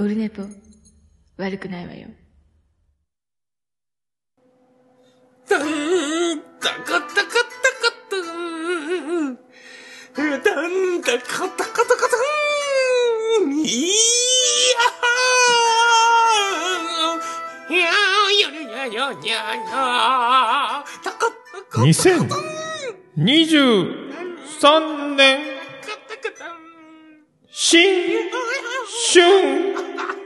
オルネポ、悪くないわよ。 タンタカタカタカタンタンタカタカタカタンいや 2023年新春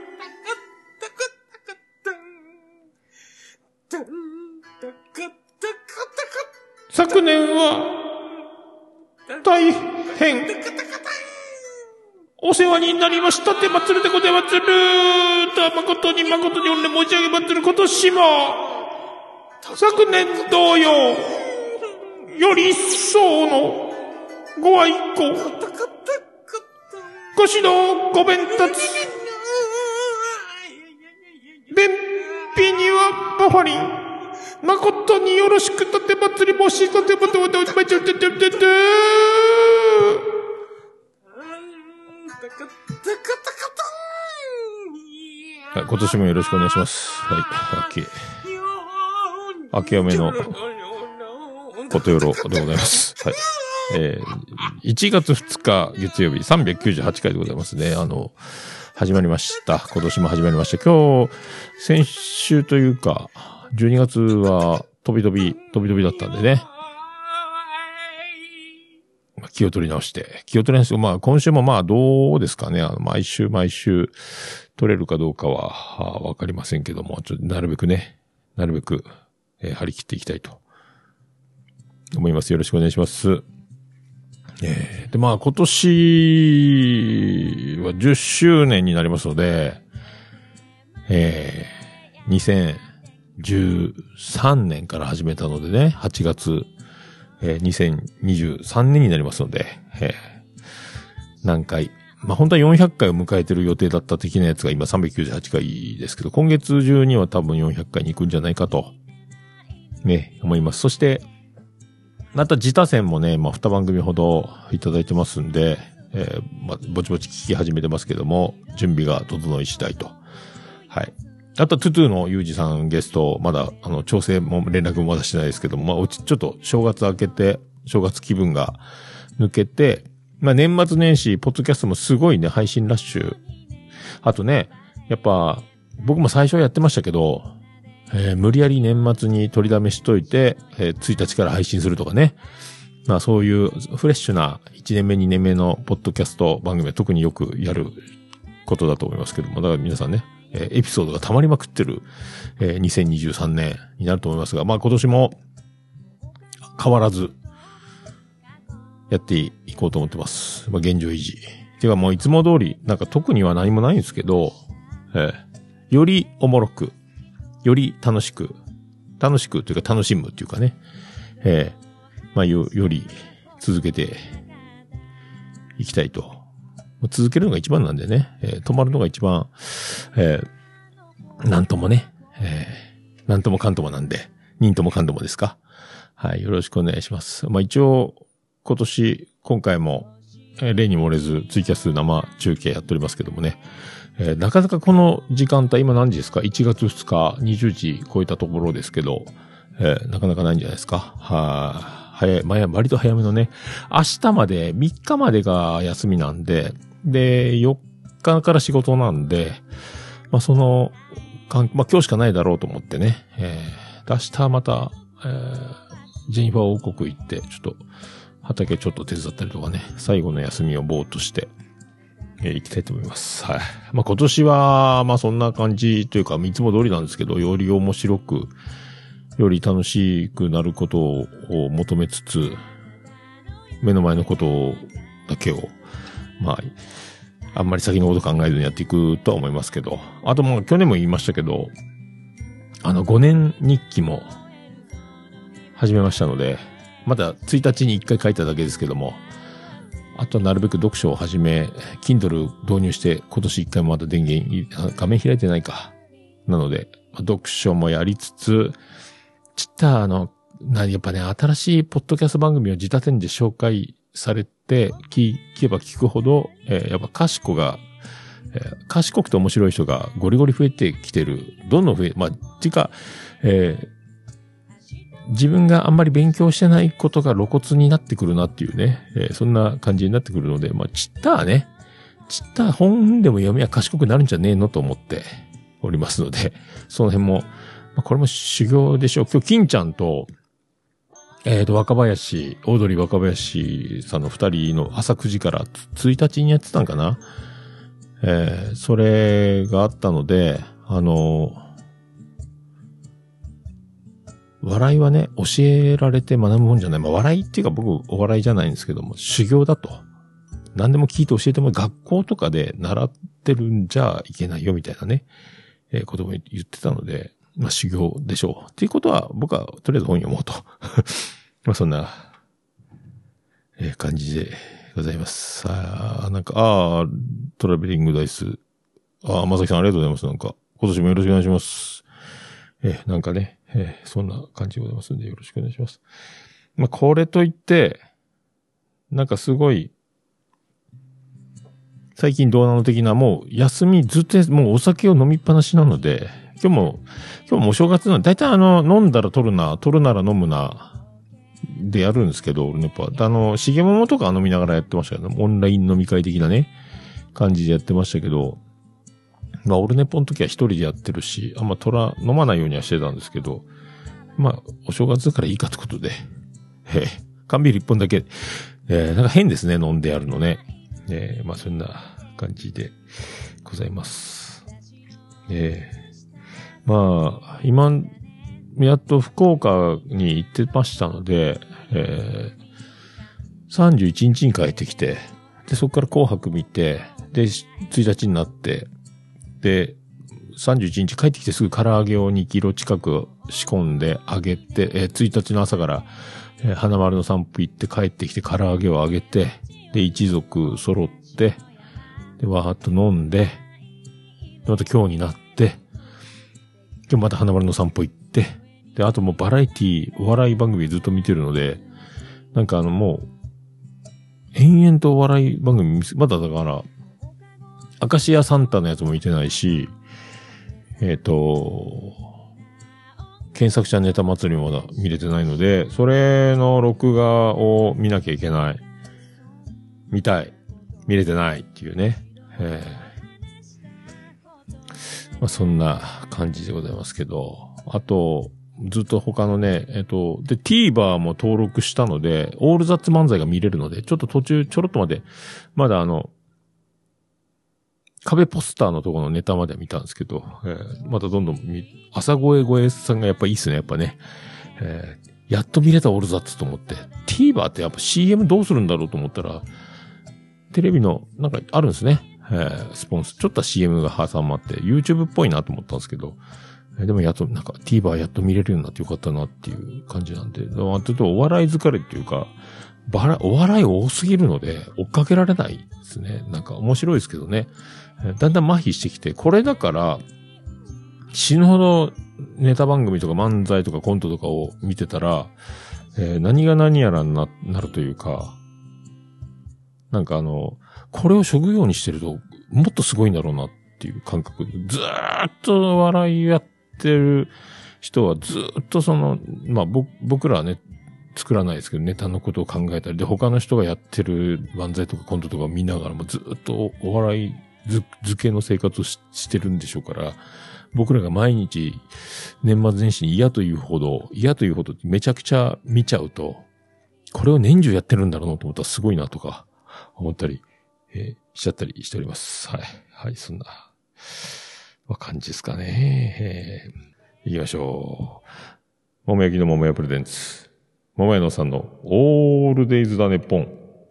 昨年は大変お世話になりましたて祭るでございまする。誠に御礼申し上げまする。今年も昨年同様より一層のご愛顧ご指導ご鞭達便秘にはバファリン誠によろしく立て祭り申し立てまておりまちゃってててて今年もよろしくお願いします。はい。明けおめのことよろでございます。はい。1月2日月曜日398回でございますね。始まりました。今年も始まりました。今日、先週というか、12月は飛び飛びだったんでね。気を取り直して。まあ今週もまあどうですかね。毎週取れるかどうかはわかりませんけども、ちょっとなるべく張り切っていきたいと思います。よろしくお願いします。で、まあ今年は10周年になりますので、2013年から始めたのでね、8月、2023年になりますので、何回、まあ本当は400回を迎えてる予定だった的なやつが今398回ですけど、今月中には多分400回に行くんじゃないかと、ね、思います。そして、また自他戦もね、まあ2番組ほどいただいてますんで、まあぼちぼち聞き始めてますけども、準備が整い次第と。はい。あと、トゥトゥのユージさんゲスト、まだ、調整も連絡もまだしてないですけども、まあ、ちょっと正月明けて、正月気分が抜けて、まあ、年末年始、ポッドキャストもすごいね、配信ラッシュ。あとね、やっぱ、僕も最初はやってましたけど、無理やり年末に取りだめしといて、1日から配信するとかね。まあ、そういうフレッシュな1年目、2年目のポッドキャスト番組は特によくやることだと思いますけども、だから皆さんね、エピソードが溜まりまくってる、2023年になると思いますが、まあ今年も変わらずやっていこうと思ってます。まあ現状維持。てかもういつも通り、なんか特には何もないんですけど、よりおもろく、より楽しくというか楽しむというかね、まあより続けていきたいと。続けるのが一番なんでね、止まるのが一番、なんともね、なんともかんともなんで、忍ともかんともですか。はい、よろしくお願いします。まあ一応、今回も、例に漏れず、ツイキャス生中継やっておりますけどもね、なかなかこの時間帯、今何時ですか ?1 月2日、20時超えたところですけど、なかなかないんじゃないですか。割と早めのね、明日まで、3日までが休みなんで、で、4日から仕事なんで、まあ、まあ、今日しかないだろうと思ってね、明日また、ジェニファー王国行って、ちょっと、畑ちょっと手伝ったりとかね、最後の休みをぼーっとして、行きたいと思います。はい。まあ、今年は、まあ、そんな感じというか、いつも通りなんですけど、より面白く、より楽しくなることを求めつつ、目の前のことだけを、まあ、あんまり先のこと考えずにやっていくとは思いますけど、あとまあ去年も言いましたけど、5年日記も始めましたので、まだ1日に1回書いただけですけども、あとはなるべく読書を始め、Kindle 導入して今年1回もまだ電源、画面開いてないか。なので、読書もやりつつ、やっぱね、新しいポッドキャスト番組を自他点で紹介されて、聞けば聞くほど、やっぱ賢が、 賢くて面白い人がゴリゴリ増えてきてる。どんどんまあ、っていうか、自分があんまり勉強してないことが露骨になってくるなっていうね、そんな感じになってくるので、まあ、ちった本でも読みは賢くなるんじゃねえのと思っておりますので、その辺も、まあ、これも修行でしょう。今日、金ちゃんと、若林、オードリー若林さんの二人の朝9時から1日にやってたんかな。それがあったので、笑いはね、教えられて学ぶもんじゃない。まあ、笑いっていうか僕、お笑いじゃないんですけども、修行だと。何でも聞いて教えても、学校とかで習ってるんじゃいけないよ、みたいなね、ことも言ってたので、まあ、修行でしょう。っていうことは、僕はとりあえず本読もうと。まあ、そんな、感じでございます。なんか、トラベリングダイス。まさきさんありがとうございます。なんか、今年もよろしくお願いします。なんかね、そんな感じでございますんで、よろしくお願いします。まあ、これといって、なんかすごい、最近どうなの的な、もう休みずっともうお酒を飲みっぱなしなので、今日もお正月なんで、だいたい飲んだら取るなら飲むな、でやるんですけど、俺ね、やっぱ、しげももとか飲みながらやってましたけど、オンライン飲み会的なね、感じでやってましたけど、まあ、オルネポの時は一人でやってるし、あんま飲まないようにはしてたんですけど、まあ、お正月だからいいかってことで、缶ビール一本だけ、なんか変ですね、飲んでやるのね。まあ、そんな感じでございます。まあ、今、やっと福岡に行ってましたので、31日に帰ってきて、で、そこから紅白見て、で、1日になって、で、31日帰ってきてすぐ唐揚げを2キロ近く仕込んで揚げて、1日の朝から、花丸の散歩行って帰ってきて唐揚げを揚げて、で、一族揃って、で、わーっと飲んで、で、また今日になって、今日また花丸の散歩行って、で、あともうバラエティ、お笑い番組ずっと見てるので、なんかもう、延々とお笑い番組まだだから、明石家サンタのやつも見てないし、検索者ネタ祭りもまだ見れてないので、それの録画を見なきゃいけない。見たい。見れてないっていうね。まあ、そんな感じでございますけど、あと、ずっと他のね、で、TVer も登録したので、オールザッツ漫才が見れるので、ちょっと途中ちょろっとまだ壁ポスターのところのネタまで見たんですけど、またどんどん朝声さんがやっぱいいっすね、やっぱね。やっと見れたオールザッツと思って。TVer ってやっぱ CM どうするんだろうと思ったら、テレビのなんかあるんですね。スポンス。ちょっと CM が挟まって、YouTube っぽいなと思ったんですけど、でもやっと、なんか TVer やっと見れるようになってよかったなっていう感じなんで、ちょっとお笑い疲れっていうか、お笑い多すぎるので、追っかけられないですね。なんか面白いですけどね。だんだん麻痺してきて、これだから、死ぬほどネタ番組とか漫才とかコントとかを見てたら、何が何やらになるというか、なんかこれを職業にしてると、もっとすごいんだろうなっていう感覚。ずーっと笑いやってる人はずーっとまあ僕らはね、作らないですけど、ネタのことを考えたり、で、他の人がやってる漫才とかコントとかを見ながらもずーっとお笑い漬けの生活をしてるんでしょうから、僕らが毎日年末年始に嫌というほどめちゃくちゃ見ちゃうと、これを年中やってるんだろうなと思ったらすごいなとか思ったり、しちゃったりしております。はい。はい、そんな、感じですかね。行きましょう。桃焼きの桃屋プレゼンツ。桃屋のさんのオールデイズだねっぽん。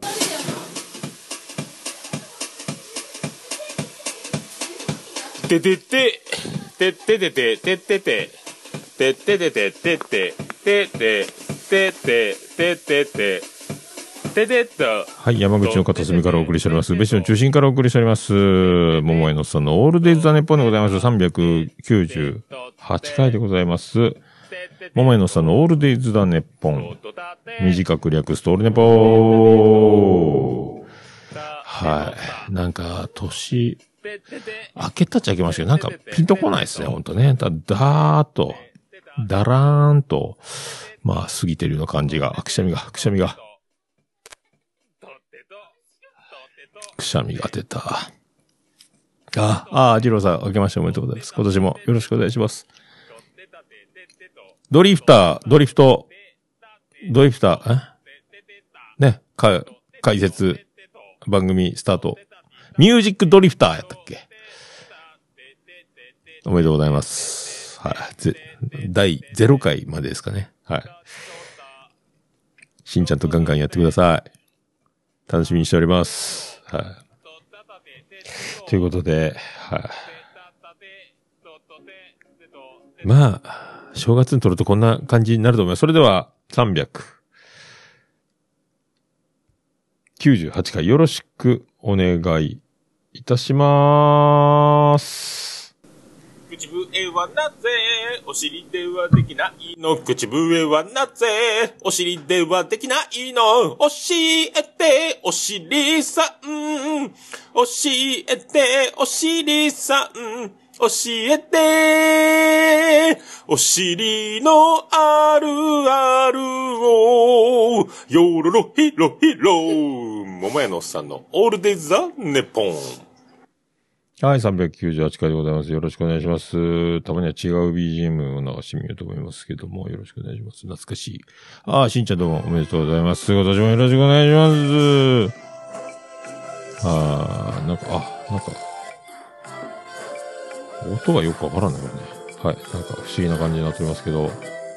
ててて、てっててて、てってて、てっててて、てって、てって、てって、てってて、ててっと。 はい、山口の片隅からお送りしております。別所の中心からお送りしております。桃江のさんのオールデイズ・ザ・ネッポンでございます。398回でございます。桃江のさんのオールデイズ・ザ・ネッポン。短く略すとオールネポー。はい。 なんか、年、明けたっちゃ明けましたけど、なんかピンとこないですね、ほんとね。だーっと、だらーんと、まあ、過ぎてるような感じが、くしゃみが。くしゃみが出た。ジローさん、明けましておめでとうございます。今年もよろしくお願いします。ドリフト、ね、解説、番組スタート。ミュージックドリフターやったっけ？おめでとうございます。はい。第0回までですかね。はい。しんちゃんとガンガンやってください。楽しみにしております。はい。ということで、はい。まあ、正月に撮るとこんな感じになると思います。それでは、398回よろしくお願いいたしまーす。 口笛はなぜお尻ではできないの？口笛はなぜお尻ではできないの？教えてお尻さん、教えてお尻さん、教えてお尻のあるあるをよろろひろひろ桃屋のおっさんのオールデイズ・ザ・ネポン。 はい、398回でございます。よろしくお願いします。たまには違う BGM を流してみようと思いますけども、よろしくお願いします。懐かしい。しんちゃんどうもおめでとうございます。今年もよろしくお願いします。なんか、音がよくわからないよね。はい、なんか不思議な感じになっておりますけど。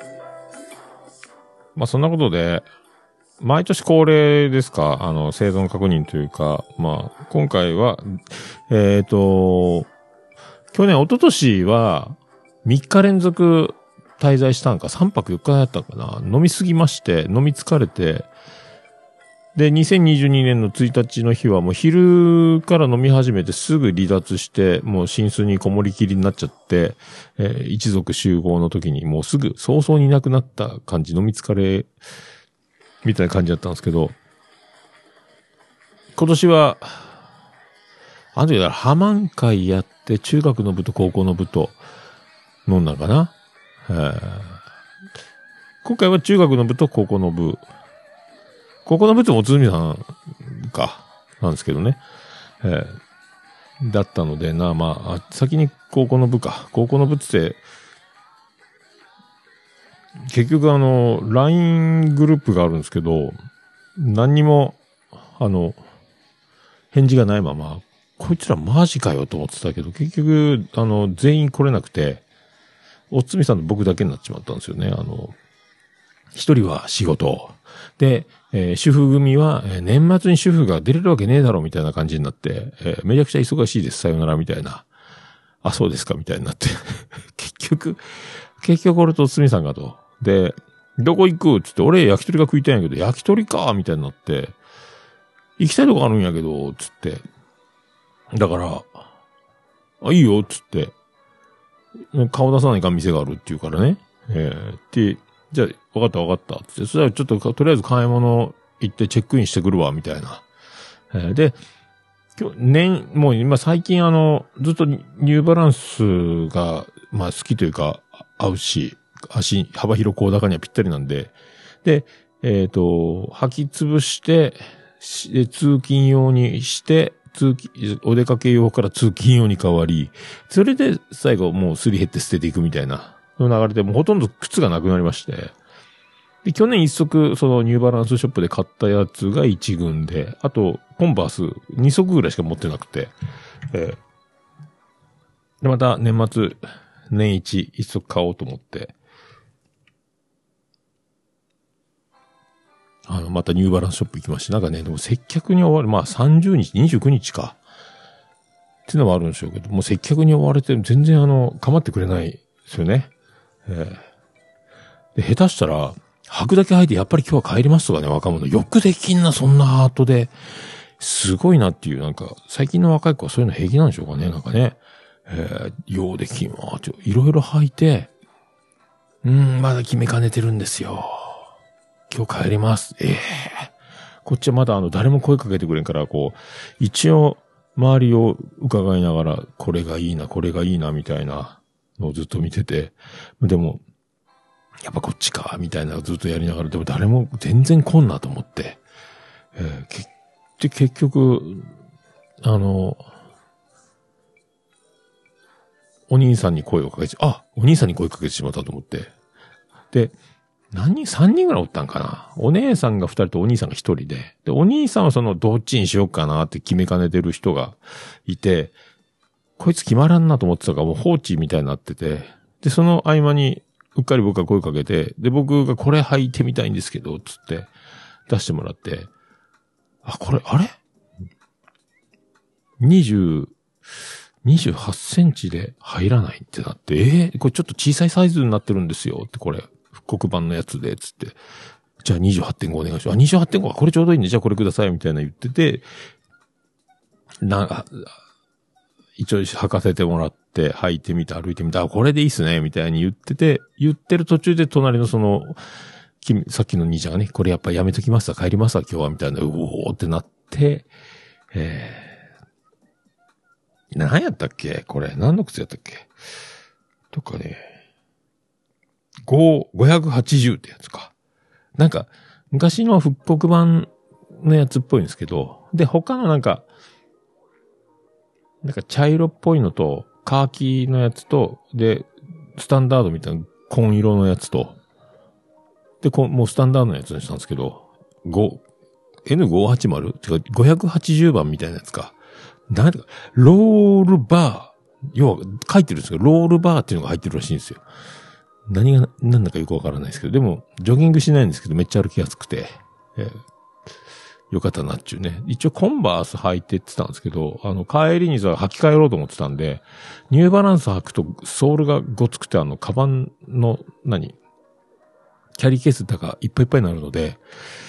まあ、そんなことで、毎年恒例ですか、生存確認というか、まあ、今回は、去年、一昨年は、3日連続滞在したんか、3泊4日だったんかな、飲みすぎまして、飲み疲れて、で、2022年の1日の日はもう昼から飲み始めてすぐ離脱して、もう寝室にこもりきりになっちゃって、一族集合の時にもうすぐ早々にいなくなった感じ、飲み疲れ、みたいな感じだったんですけど、今年は、ハマン会やって、中学の部と高校の部と飲んだかな。今回は中学の部と高校の部。高校の部ってもつみさんか、なんですけどね。だったのでまあ、先に高校の部か。高校の部って、結局LINE グループがあるんですけど、何にも、返事がないまま、こいつらマジかよと思ってたけど、結局、全員来れなくて、おつみさんと僕だけになっちまったんですよね。一人は仕事。で、主婦組は、年末に主婦が出れるわけねえだろみたいな感じになって、めちゃくちゃ忙しいです、さよならみたいな。あ、そうですかみたいになって。結局俺とおつみさんがと。で、どこ行くつって、俺焼き鳥が食いたいんやけど、焼き鳥かみたいになって、行きたいとこあるんやけど、つって。だから、いいよ、つって。顔出さないかん店があるって言うからね。で、じゃあ、わかった。つって、そしたらちょっと、とりあえず買い物行ってチェックインしてくるわ、みたいな。で、もう今最近ずっとニューバランスが、まあ好きというか、合うし、足、幅広高高にはぴったりなんで、で、履き潰して、通勤用にして、お出かけ用から通勤用に変わり、それで最後もうすり減って捨てていくみたいな流れで、もうほとんど靴がなくなりまして、で、去年一足、そのニューバランスショップで買ったやつが1軍で、あと、コンバース2足ぐらいしか持ってなくて、で、また年末、年一足買おうと思って、またニューバランスショップ行きまして、なんかね、でも接客に追われ、まあ30日、29日か。っていうのはあるんでしょうけど、もう接客に追われて、全然構ってくれないですよね。で、下手したら、履くだけ履いてやっぱり今日は帰りますとかね、若者。よくできんな、そんなハートで。すごいなっていう、なんか、最近の若い子はそういうの平気なんでしょうかね、なんかね。ようできんわ、いろいろ履いて、まだ決めかねてるんですよ。今日帰ります。こっちはまだ誰も声かけてくれんから、こう、一応、 周りを伺いながら、これがいいな、これがいいな、みたいなのをずっと見てて、でも、やっぱこっちか、みたいなのをずっとやりながら、でも誰も全然来んなと思って、結局、お兄さんに声をかけて、お兄さんに声かけてしまったと思って。で、3人ぐらいおったんかな。お姉さんが2人とお兄さんが1人で。で、お兄さんはどっちにしようかなって決めかねてる人がいて、こいつ決まらんなと思ってたからもう放置みたいになってて、で、その合間にうっかり僕が声かけて、で、僕がこれ履いてみたいんですけど、つって出してもらって、これ、あれ ?28 センチで入らないってなって、これちょっと小さいサイズになってるんですよって、これ、復刻版のやつで、つって。じゃあ 28.5 お願いします。28.5 はこれちょうどいいんで、じゃあこれください、みたいな言ってて、一応履かせてもらって、履いてみて、歩いてみて、これでいいっすね、みたいに言ってて、言ってる途中で隣のさっきの兄ちゃんがね、これやっぱやめときますわ、帰りますわ、今日は、みたいな、うおーってなって、何やったっけこれ、何の靴やったっけとかね、580ってやつか。なんか、昔の復刻版のやつっぽいんですけど、で、他のなんか茶色っぽいのと、カーキのやつと、で、スタンダードみたいな紺色のやつと、で、もうスタンダードのやつにしたんですけど、N580? ってか、580番みたいなやつか。なんてか、ロールバー、要は書いてるんですけど、ロールバーっていうのが入ってるらしいんですよ。何だかよくわからないですけど、でも、ジョギングしないんですけど、めっちゃ歩きやすくて、よかったなっちゅうね。一応コンバース履いてって言ったんですけど、帰りにさ、履き替えろうと思ってたんで、ニューバランス履くとソールがごつくてカバンの、キャリーケースだかいっぱいいっぱいになるので、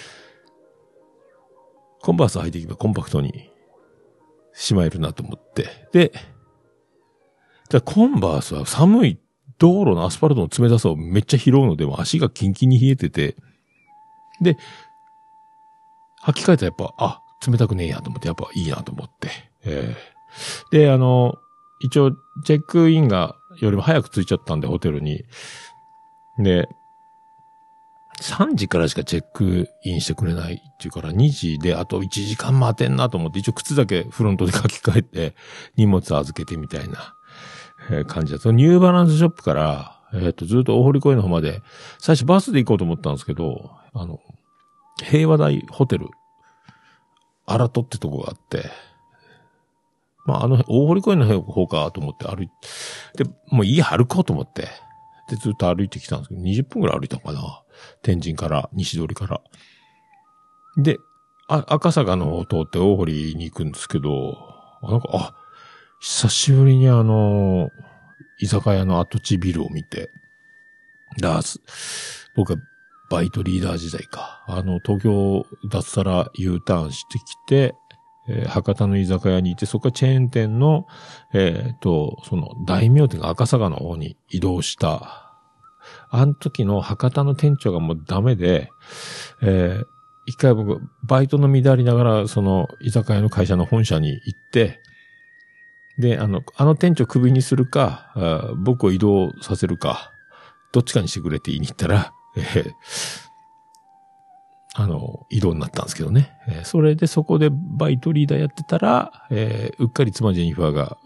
コンバース履いていけばコンパクトにしまえるなと思って。で、コンバースは寒い道路のアスファルトの冷たさをめっちゃ拾うので、足がキンキンに冷えてて、で、履き替えたらやっぱ、冷たくねえやと思って、やっぱいいなと思って。で、一応、チェックインがよりも早く着いちゃったんで、ホテルに。で、3時からしかチェックインしてくれないっていうから、2時であと1時間待てんなと思って、一応靴だけフロントで書き換えて、荷物預けてみたいな、感じだった。ニューバランスショップから、ずっと大堀公園の方まで、最初バスで行こうと思ったんですけど、平和台ホテル、荒戸ってとこがあって、大堀公園の方かと思って歩いて、で、もう家歩こうと思って、で、ずっと歩いてきたんですけど、20分くらい歩いたのかな。天神から、西通りから。で、赤坂の方を通って大堀に行くんですけど、久しぶりに居酒屋の跡地ビルを見て、僕はバイトリーダー時代か。東京脱サラ U ターンしてきて、博多の居酒屋にいて、そこからチェーン店の、大名店が赤坂の方に移動した。時の博多の店長がもうダメで、一回僕、バイトの乱りながら、居酒屋の会社の本社に行って、で、店長クビにするか、僕を移動させるか、どっちかにしてくれって言いに行ったら、移動になったんですけどね。それでそこでバイトリーダーやってたら、うっかり妻ジェニファーが、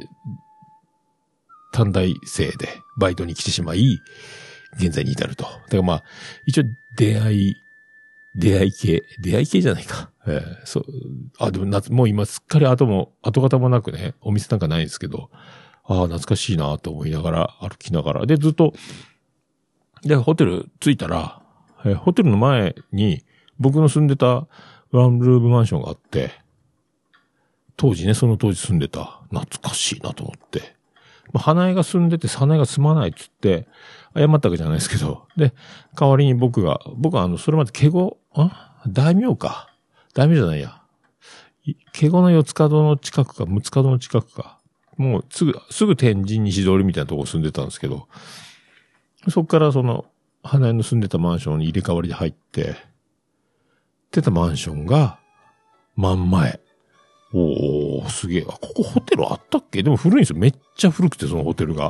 短大生でバイトに来てしまい、現在に至ると。だから一応出会い系じゃないか。でももう今すっかり跡形もなくね、お店なんかないんですけど、懐かしいなと思いながら、歩きながら。で、ずっと、で、ホテル着いたら、ホテルの前に僕の住んでたワンルームマンションがあって、その当時住んでた、懐かしいなと思って。花江が住んでて、早苗が住まないっつって、謝ったわけじゃないですけど、で、代わりに僕はそれまで大名か。大名じゃないや。華厳の四つ角の近くか、六つ角の近くか。もうすぐ天神西通りみたいなとこ住んでたんですけど、そっから花江の住んでたマンションに入れ替わりで入って、出たマンションが、真ん前。 おー、すげえ。あ、ここホテルあったっけ？でも古いんですよ。めっちゃ古くて、そのホテルが。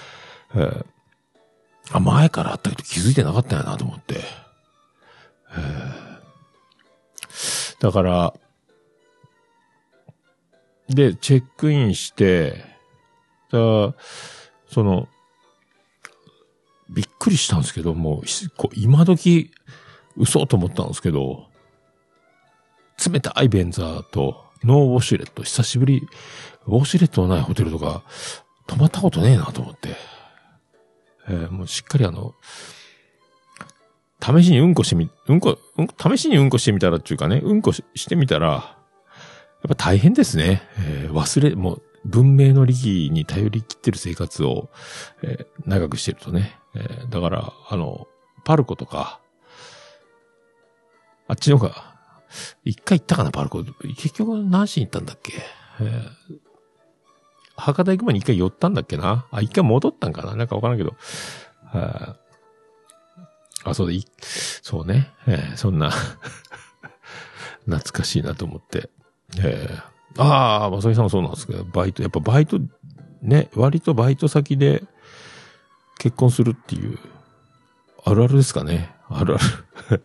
前からあったけど気づいてなかったんやなと思って。だから、で、チェックインして、びっくりしたんですけど、もう、今時、嘘と思ったんですけど、冷たい便座と、ノーウォシュレット、久しぶり、ウォシュレットのないホテルとか、泊まったことねえなと思って。もうしっかり試しにうんこしてみたらっていうかね、うんこしてみたら、やっぱ大変ですね。もう文明の利器に頼り切ってる生活を、長くしてるとね。だから、パルコとか、あっちの方が、一回行ったかな、パルコ。結局何しに行ったんだっけ。博多行く前に一回寄ったんだっけな。一回戻ったんかな、なんかわからんけど。そうね。そんな、懐かしいなと思って。まさきさんもそうなんですけど、やっぱバイト、ね、割とバイト先で結婚するっていう、あるあるですかね。あるある。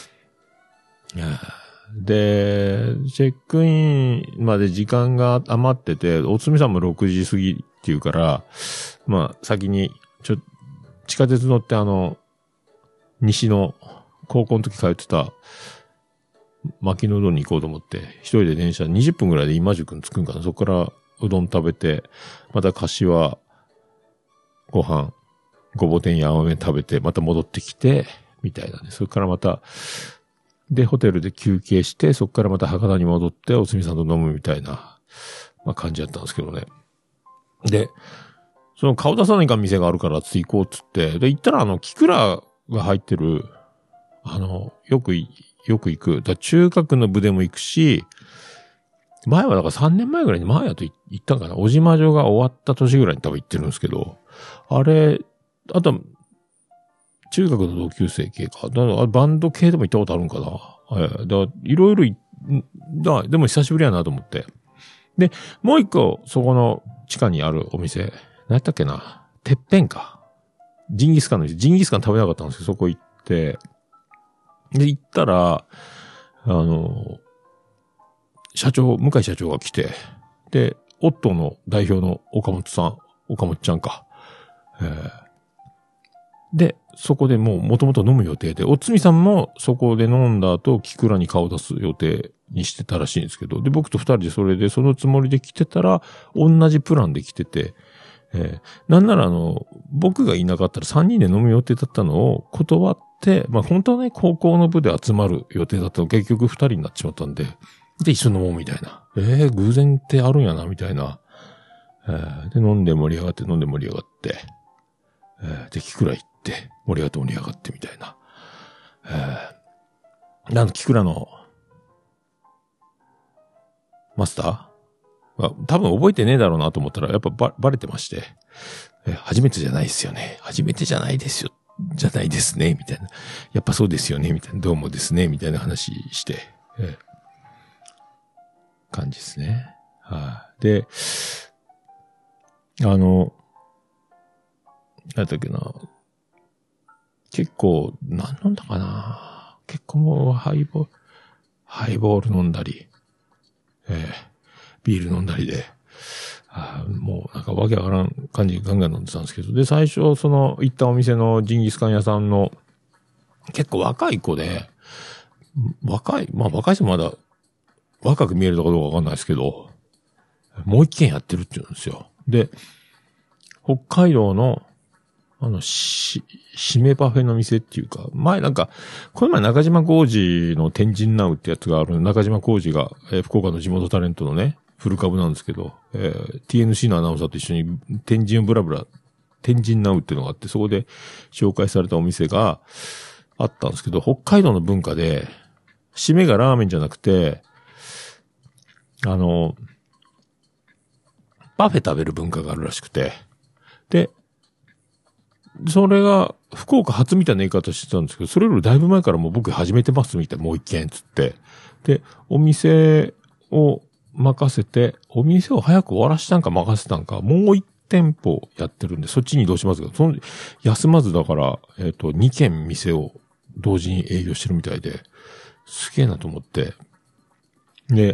で、チェックインまで時間が余ってて、おつみさんも6時過ぎっていうから、先に、地下鉄乗って西の高校の時通ってた、牧野うどんに行こうと思って、一人で電車20分ぐらいで今宿に着くんかな。そこからうどん食べて、また柏ご飯、ごぼ天や甘麺食べて、また戻ってきて、みたいなね。それからまた、で、ホテルで休憩して、そこからまた博多に戻って、おつみさんと飲むみたいな、感じだったんですけどね。で、その顔出さないかん店があるからつって行こうっつって、で、行ったらキクラが入ってる、よく行く。中学の部でも行くし、前はだから3年前ぐらいに前やと行ったんかな。小島女が終わった年ぐらいに多分行ってるんですけど、あとは、中学の同級生系か。バンド系でも行ったことあるんかな。いろいろでも久しぶりやなと思って。で、もう一個、そこの地下にあるお店、何やったっけな。てっぺんか。ジンギスカン食べなかったんですけど、そこ行って、で、行ったら、向井社長が来て、で、オットーの代表の岡本ちゃんか。で、そこでもともと飲む予定で、おつみさんもそこで飲んだ後、キクラに顔出す予定にしてたらしいんですけど、で、僕と二人でそのつもりで来てたら、同じプランで来てて、なんなら僕がいなかったら3人で飲む予定だったのを断って、本当はね、高校の部で集まる予定だったの結局2人になっちまったんで、で、一緒に飲もうみたいな。偶然ってあるんやな、みたいな。で、飲んで盛り上がって、で、キクラ行って、盛り上がってみたいな。キクラの、マスター多分覚えてねえだろうなと思ったら、やっぱバレてまして、初めてじゃないですよね。初めてじゃないですよ。じゃないですね。みたいな。やっぱそうですよね。みたいな。どうもですね。みたいな話して、感じですね。で、なんだっけな。結構、何飲んだかな。結構もうハイボール飲んだり、ビール飲んだりで、もうなんかわけわからん感じでガンガン飲んでたんですけど、で、最初行ったお店のジンギスカン屋さんの、結構若い子で、若い人まだ若く見えるのかどうかわかんないですけど、もう一軒やってるって言うんですよ。で、北海道の、締めパフェの店っていうか、この前中島浩二の天神ナウってやつがある、中島浩二が、福岡の地元タレントのね、フル株なんですけど、TNC のアナウンサーと一緒に天神ナウっていうのがあって、そこで紹介されたお店があったんですけど、北海道の文化で、締めがラーメンじゃなくて、パフェ食べる文化があるらしくて、で、それが、福岡初みたいな言い方してたんですけど、それよりだいぶ前からもう僕始めてますみたいな、もう一軒つって。で、お店を任せて、お店を早く終わらしたんか任せたんか、もう一店舗やってるんで、そっちに移動しますけど、休まずだから、2軒店を同時に営業してるみたいで、すげえなと思って。で、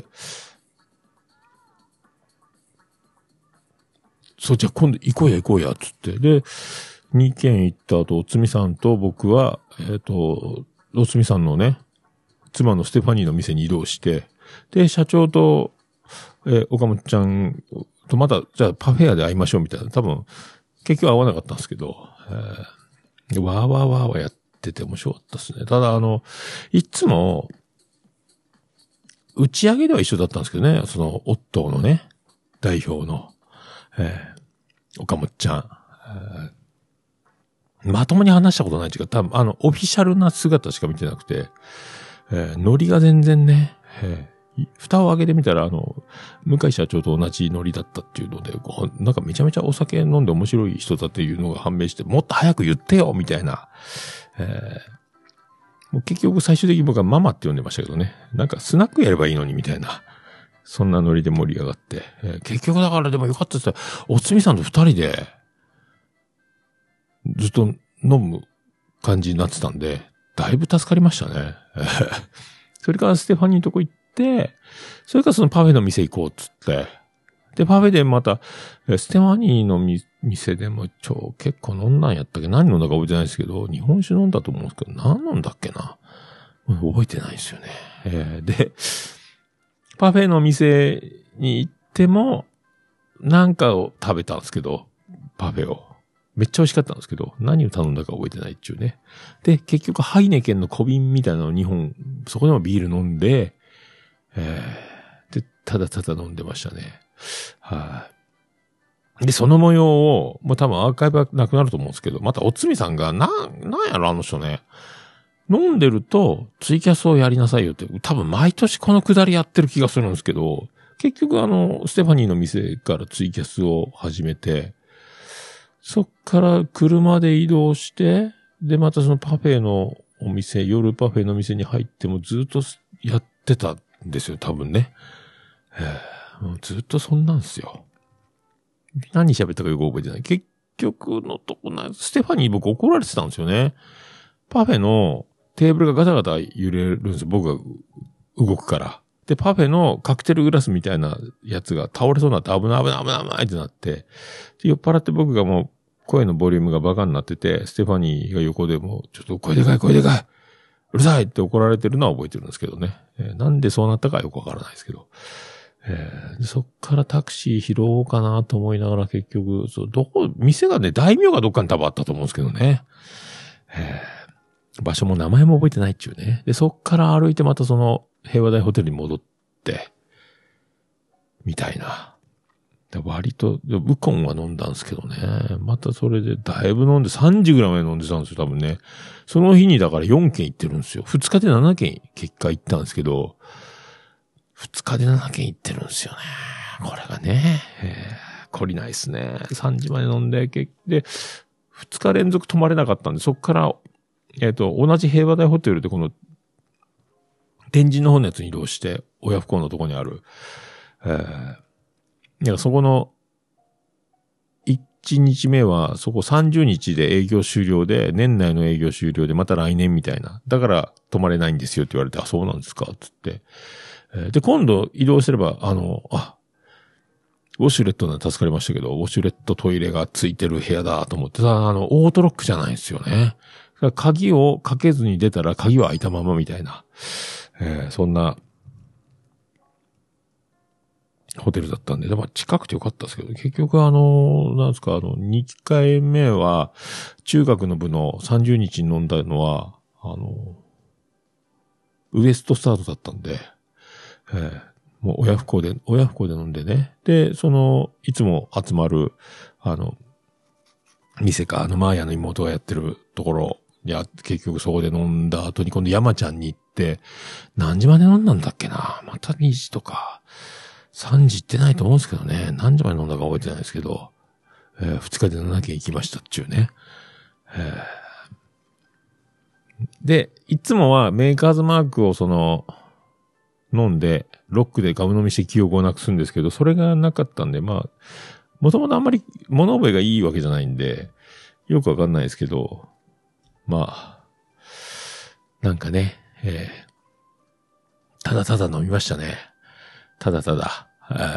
じゃあ今度行こうや、つって。で、2軒行った後、おつみさんと僕は、おつみさんのね、妻のステファニーの店に移動して、で、社長と、岡本ちゃんとまた、じゃあパフェ屋で会いましょうみたいな。多分、結局会わなかったんですけど、わーわーやってて面白かったですね。ただ、いつも、打ち上げでは一緒だったんですけどね、その、オットーのね、代表の、岡本ちゃん、まともに話したことないっていうか、多分、オフィシャルな姿しか見てなくて、ノリが全然ね、蓋を開けてみたら、向井社長と同じノリだったっていうので、なんかめちゃめちゃお酒飲んで面白い人だっていうのが判明して、もっと早く言ってよみたいな。もう結局最終的に僕はママって呼んでましたけどね。なんかスナックやればいいのにみたいな。そんなノリで盛り上がって。結局だからでもよかったですよ。おつみさんと二人で、ずっと飲む感じになってたんで、だいぶ助かりましたね。それからステファニーのとこ行って、それからそのパフェの店行こうっつって。で、パフェでまた、ステファニーの店でも結構飲んだんやったっけ？何飲んだか覚えてないですけど、日本酒飲んだと思うんですけど、何飲んだっけな？覚えてないですよね。で、パフェの店に行っても、なんかを食べたんですけど、パフェを。めっちゃ美味しかったんですけど、何を頼んだか覚えてないっていうね。で、結局ハイネケンの小瓶みたいなのを2本、そこでもビール飲んで、で、ただただ飲んでましたね。はい、で、その模様を、もう多分アーカイブはなくなると思うんですけど、またおつみさんが、なんやろあの人ね。飲んでると、ツイキャスをやりなさいよって、多分毎年このくだりやってる気がするんですけど、結局ステファニーの店からツイキャスを始めて、そっから車で移動して、で、またそのパフェのお店、夜パフェの店に入ってもずっとやってたんですよ、多分ね。もうずっとそんなんですよ。何喋ったかよく覚えてない。結局のとこステファニー僕怒られてたんですよね。パフェのテーブルがガタガタ揺れるんですよ。僕が動くから。で、パフェのカクテルグラスみたいなやつが倒れそうになって危ないってなって、で酔っ払って僕がもう声のボリュームがバカになってて、ステファニーが横でもちょっと声でかいうるさいって怒られてるのは覚えてるんですけどね。なんでそうなったかはよくわからないですけど。そっからタクシー拾おうかなと思いながら結局、店がね、大名がどっかに多分あったと思うんですけどね。場所も名前も覚えてないっちゅうね。で、そっから歩いてまたその平和台ホテルに戻って、みたいな。割と、ウコンは飲んだんですけどね。またそれでだいぶ飲んで3時ぐらいまで飲んでたんですよ、多分ね。その日にだから4軒行ってるんですよ。2日で7軒結果行ったんですけど、2日で7軒行ってるんですよね。これがね、懲りないですね。3時まで飲んで、で、2日連続泊まれなかったんで、そっから、同じ平和台ホテルでこの、天神の方のやつに移動して、親不孝のとこにある、そこの、1日目は、そこ30日で営業終了で、年内の営業終了で、また来年みたいな。だから、泊まれないんですよって言われて、あ、そうなんですかつって。で、今度移動すれば、ウォシュレットなら助かりましたけど、ウォシュレットトイレがついてる部屋だと思ってさ、オートロックじゃないですよね。鍵をかけずに出たら鍵は開いたままみたいな、そんな、ホテルだったんで、まあ近くてよかったですけど、結局なんですか、2回目は、中学の部の30日に飲んだのは、ウエストスタートだったんで、もう親不孝で飲んでね。で、いつも集まる、店か、マーヤの妹がやってるところ、結局そこで飲んだ後に今度山ちゃんに行って、何時まで飲んだんだっけな。また2時とか、3時行ってないと思うんですけどね。何時まで飲んだか覚えてないですけど、2日で7軒行きましたっちゅうね。で、いつもはメーカーズマークを飲んで、ロックでガム飲みして記憶をなくすんですけど、それがなかったんで、まあ、もともとあんまり物覚えがいいわけじゃないんで、よくわかんないですけど、まあ、なんかね、ただただ飲みましたね。ただただ。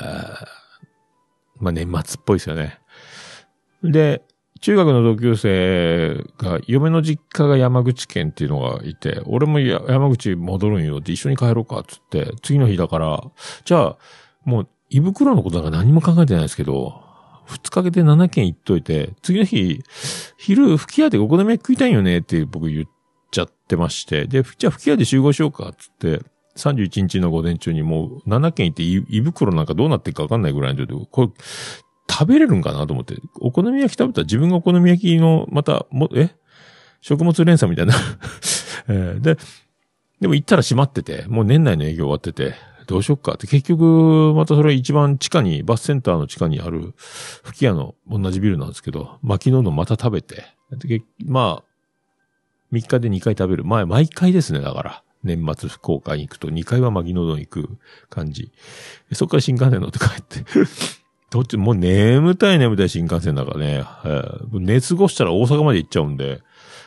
まあ年末っぽいですよね。で、中学の同級生が、嫁の実家が山口県っていうのがいて、俺も山口戻るんよって一緒に帰ろうかっつって、次の日だから、じゃあ、もう胃袋のことなんか何も考えてないですけど、2日かけて7軒行っといて、次の日、昼、吹き屋でお好み焼き食いたいよねって僕言っちゃってまして、で、じゃあ吹き屋で集合しようかっつって、31日の午前中にもう7軒行って胃袋なんかどうなってるかわかんないぐらいの状態で、これ、食べれるんかなと思って、お好み焼き食べたら自分がお好み焼きの、また、食物連鎖みたいな、でも行ったら閉まってて、もう年内の営業終わってて、どうしよっかって、結局、またそれ一番地下に、バスセンターの地下にある、吹き屋の同じビルなんですけど、巻きのどまた食べて、まあ、3日で2回食べる。毎回ですね、だから。年末福岡に行くと2回は巻きのどに行く感じ。そこから新幹線乗って帰って。どっちもう眠たい新幹線だからね。寝過ごしたら大阪まで行っちゃうんで、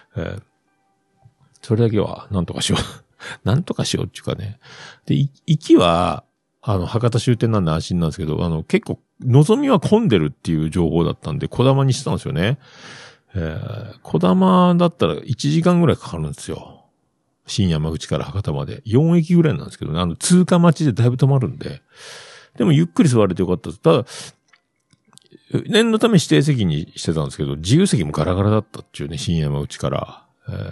それだけはなんとかしよう。なんとかしようっていうかね。で、行きは、博多終点なんで安心なんですけど、結構、のぞみは混んでるっていう情報だったんで、小玉にしてたんですよね。小玉だったら1時間ぐらいかかるんですよ。新山口から博多まで。4駅ぐらいなんですけどね。通過待ちでだいぶ止まるんで。でもゆっくり座れてよかったです。ただ、念のため指定席にしてたんですけど、自由席もガラガラだったっていうね、新山口から。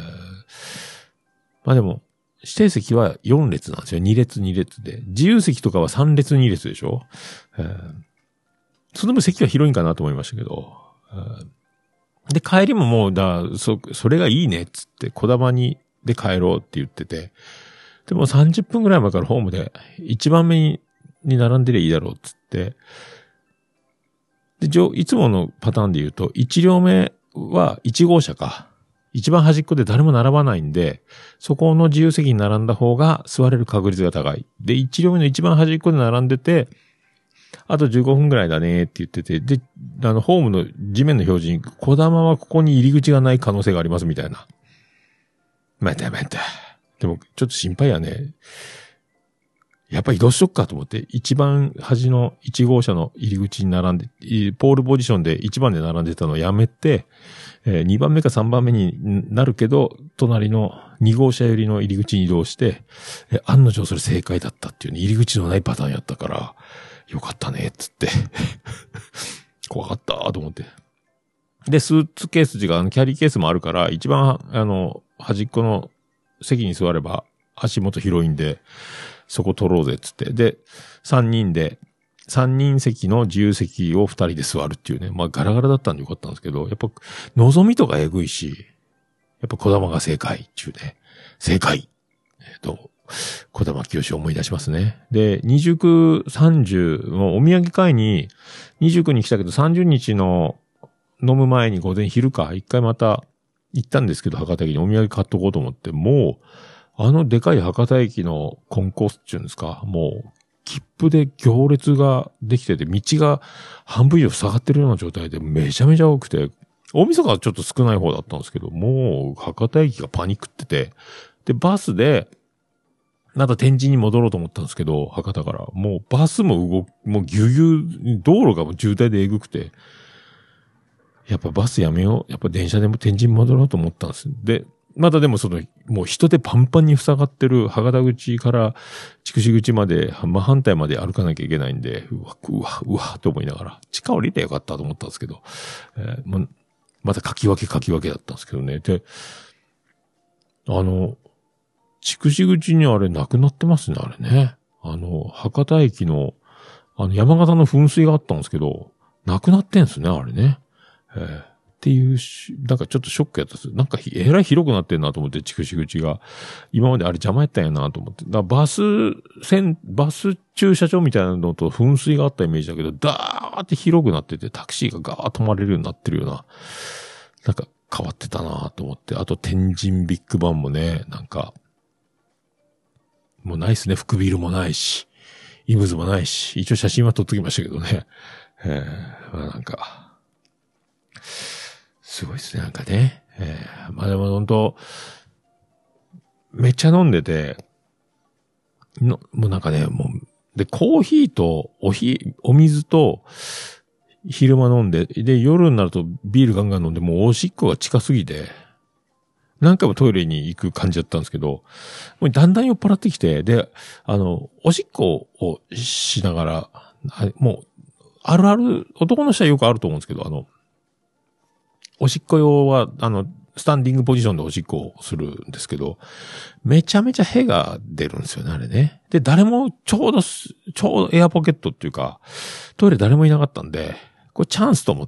まあでも、指定席は4列なんですよ。2列2列で。自由席とかは3列2列でしょ。その分席は広いんかなと思いましたけど。で、帰りももう、それがいいねっつって、小玉で帰ろうって言ってて。でも30分ぐらい前からホームで、1番目に並んでりゃいいだろうっつって。で、いつものパターンで言うと、1両目は1号車か。一番端っこで誰も並ばないんで、そこの自由席に並んだ方が座れる確率が高い。で、1両目の一番端っこで並んでて、あと15分ぐらいだねって言ってて、で、ホームの地面の表示に、小玉はここに入り口がない可能性がありますみたいな。待て。でも、ちょっと心配やね。やっぱり移動しとくかと思って、一番端の1号車の入り口に並んで、ポールポジションで1番で並んでたのをやめて、2番目か3番目になるけど、隣の2号車寄りの入り口に移動して、案の定それ正解だったっていうね、入り口のないパターンやったから、よかったね、つって。怖かったと思って。で、スーツケースキャリーケースもあるから、一番、端っこの席に座れば足元広いんで、そこ取ろうぜ、つって。で、3人席の自由席を2人で座るっていうね。まあ、ガラガラだったんでよかったんですけど、やっぱ、望みとかえぐいし、やっぱ小玉が正解っていうね。正解。小玉清を思い出しますね。で、29、30、もうお土産買いに、29に来たけど30日の飲む前に午前昼か、一回また行ったんですけど、博多駅にお土産買っとこうと思って、もう、でかい博多駅のコンコースっていうんですか、もう、切符で行列ができてて、道が半分以上塞がってるような状態でめちゃめちゃ多くて、大晦日はちょっと少ない方だったんですけど、もう博多駅がパニックってて、で、バスで、また天神に戻ろうと思ったんですけど、博多から。もうバスももうぎゅうぎゅう、道路がもう渋滞でえぐくて、やっぱバスやめよう。やっぱ電車でも天神に戻ろうと思ったんです。で、またでももう人でパンパンに塞がってる博多口から筑紫口まで、真反対まで歩かなきゃいけないんで、うわ、と思いながら、地下降りてよかったと思ったんですけど、また書き分けだったんですけどね。で、筑紫口にあれなくなってますね、あれね。博多駅の、山形の噴水があったんですけど、なくなってんすね、あれね。っていうなんかちょっとショックやったです。なんかえらい広くなってんなと思って、筑紫口が。今まであれ邪魔やったんやなと思って。だバス駐車場みたいなのと噴水があったイメージだけど、ダーって広くなってて、タクシーがガーッと止まれるようになってるような、なんか変わってたなと思って。あと天神ビッグバンもね、なんか、 もうないっすね。福ビールもないし、イムズもないし、一応写真は撮っときましたけどね。まあなんか、すごいっすね、なんかね。まあでも本当めっちゃ飲んでて、もうなんかね、もう、で、コーヒーとお水と、昼間飲んで、で、夜になるとビールガンガン飲んで、もうおしっこが近すぎて、何回もトイレに行く感じだったんですけど、もうだんだん酔っ払ってきて、で、おしっこをしながら、もう、あるある、男の人はよくあると思うんですけど、おしっこ用は、スタンディングポジションでおしっこをするんですけど、めちゃめちゃ屁が出るんですよね、あれね。で、誰もちょうどエアポケットっていうか、トイレ誰もいなかったんで、これチャンスと思って、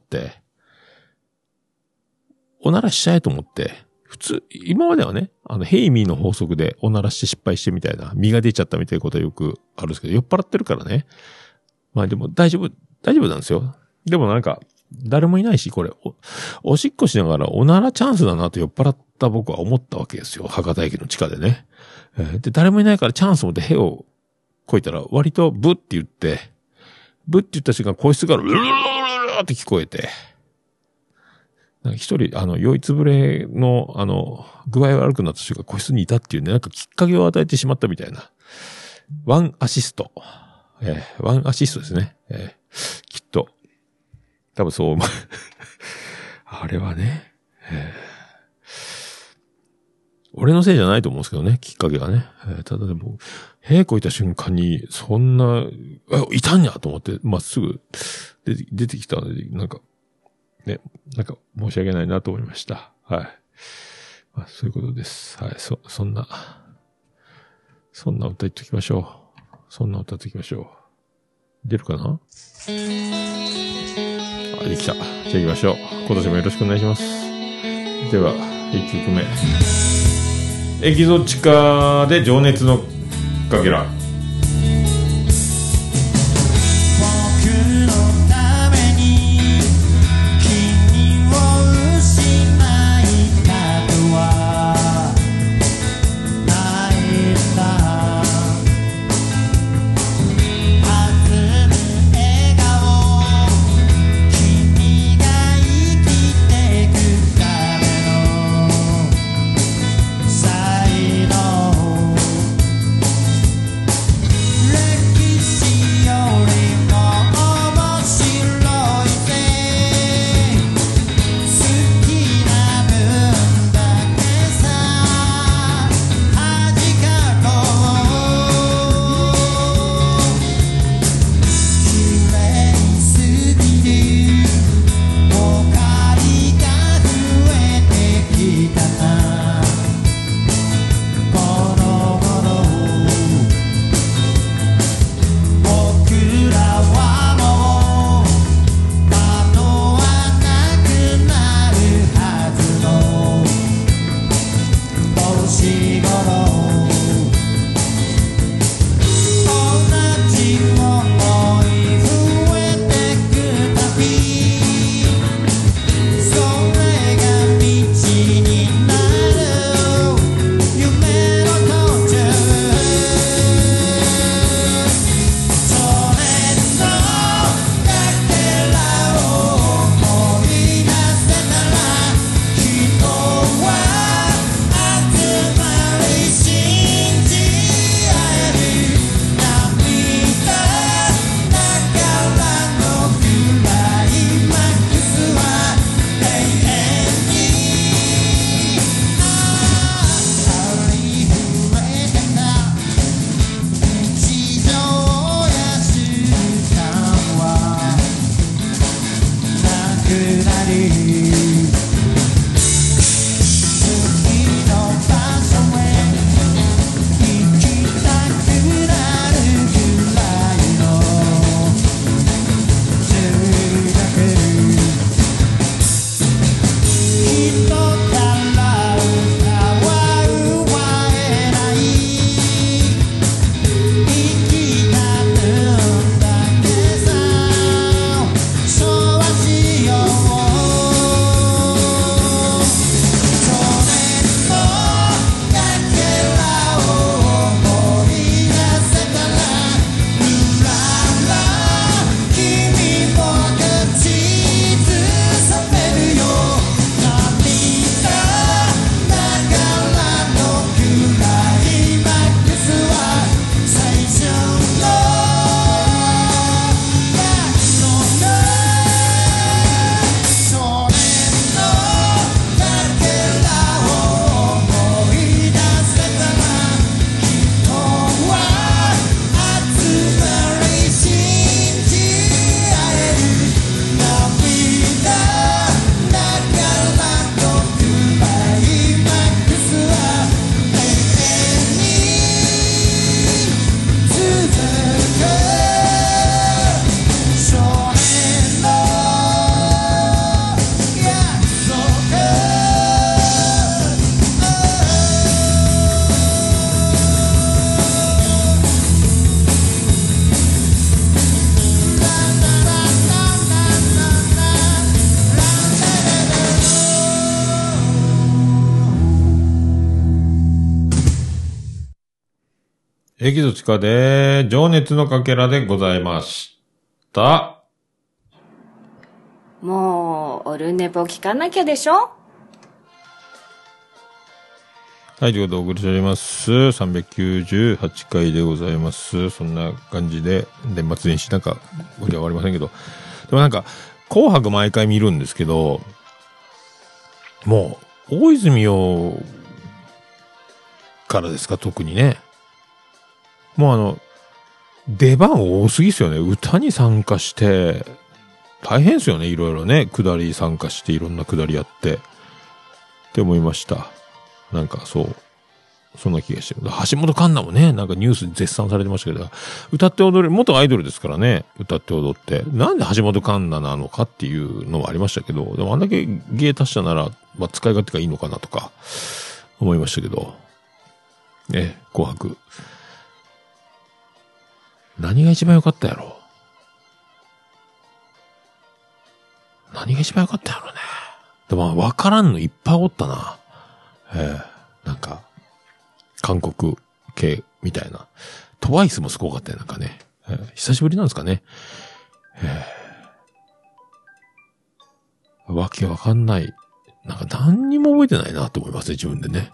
おならしちゃえと思って、普通、今まではね、ヘイミーの法則でおならして失敗してみたいな、身が出ちゃったみたいなことはよくあるんですけど、酔っ払ってるからね。まあでも大丈夫なんですよ。でもなんか、誰もいないし、これ、おしっこしながらおならチャンスだなと酔っ払った僕は思ったわけですよ。博多駅の地下でね。で、誰もいないからチャンスを持って屁をこいたら、割とブッって言った瞬間、個室からルルルルルって聞こえて、なんか一人、酔いつぶれの、具合悪くなった人が個室にいたっていうね、なんかきっかけを与えてしまったみたいな。ワンアシストですね。きっと。多分そう、あれはね、俺のせいじゃないと思うんですけどね、きっかけがね。ただでも、屁こいた瞬間に、そんな、いたんやと思って、まっすぐ出てきたので、なんか、ね、なんか申し訳ないなと思いました。はい。まあ、そういうことです。はい。そんな歌言っときましょう。そんな歌言っときましょう。出るかな？できた。じゃあ行きましょう。今年もよろしくお願いします。では、1曲目。エキゾチカで情熱のかけら。 「 駅と地下で、情熱のかけらでございました。 もう、オルネポ聞かなきゃでしょ。 はい、ということでお送りしております。398回でございます。そんな感じで、年末年始なんか、盛り上がりませんけど。でもなんか、紅白毎回見るんですけど、もう、大泉洋からですか、特にね。もう出番多すぎですよね。歌に参加して、大変ですよね、いろいろね。下り参加して、いろんな下りやって。って思いました。なんかそう。そんな気がしてる。橋本環奈もね、なんかニュース絶賛されてましたけど、歌って踊る、元アイドルですからね、歌って踊って。なんで橋本環奈なのかっていうのもありましたけど、でもあんだけ芸達者なら、まあ使い勝手がいいのかなとか、思いましたけど。ね、紅白。何が一番良かったやろ。何が一番良かったやろね。でも分からんのいっぱいおったな。なんか、韓国系みたいな。トワイスもすごかったよ、なんかね。久しぶりなんですかね。わけわかんない。なんか何にも覚えてないなと思いますね、自分でね。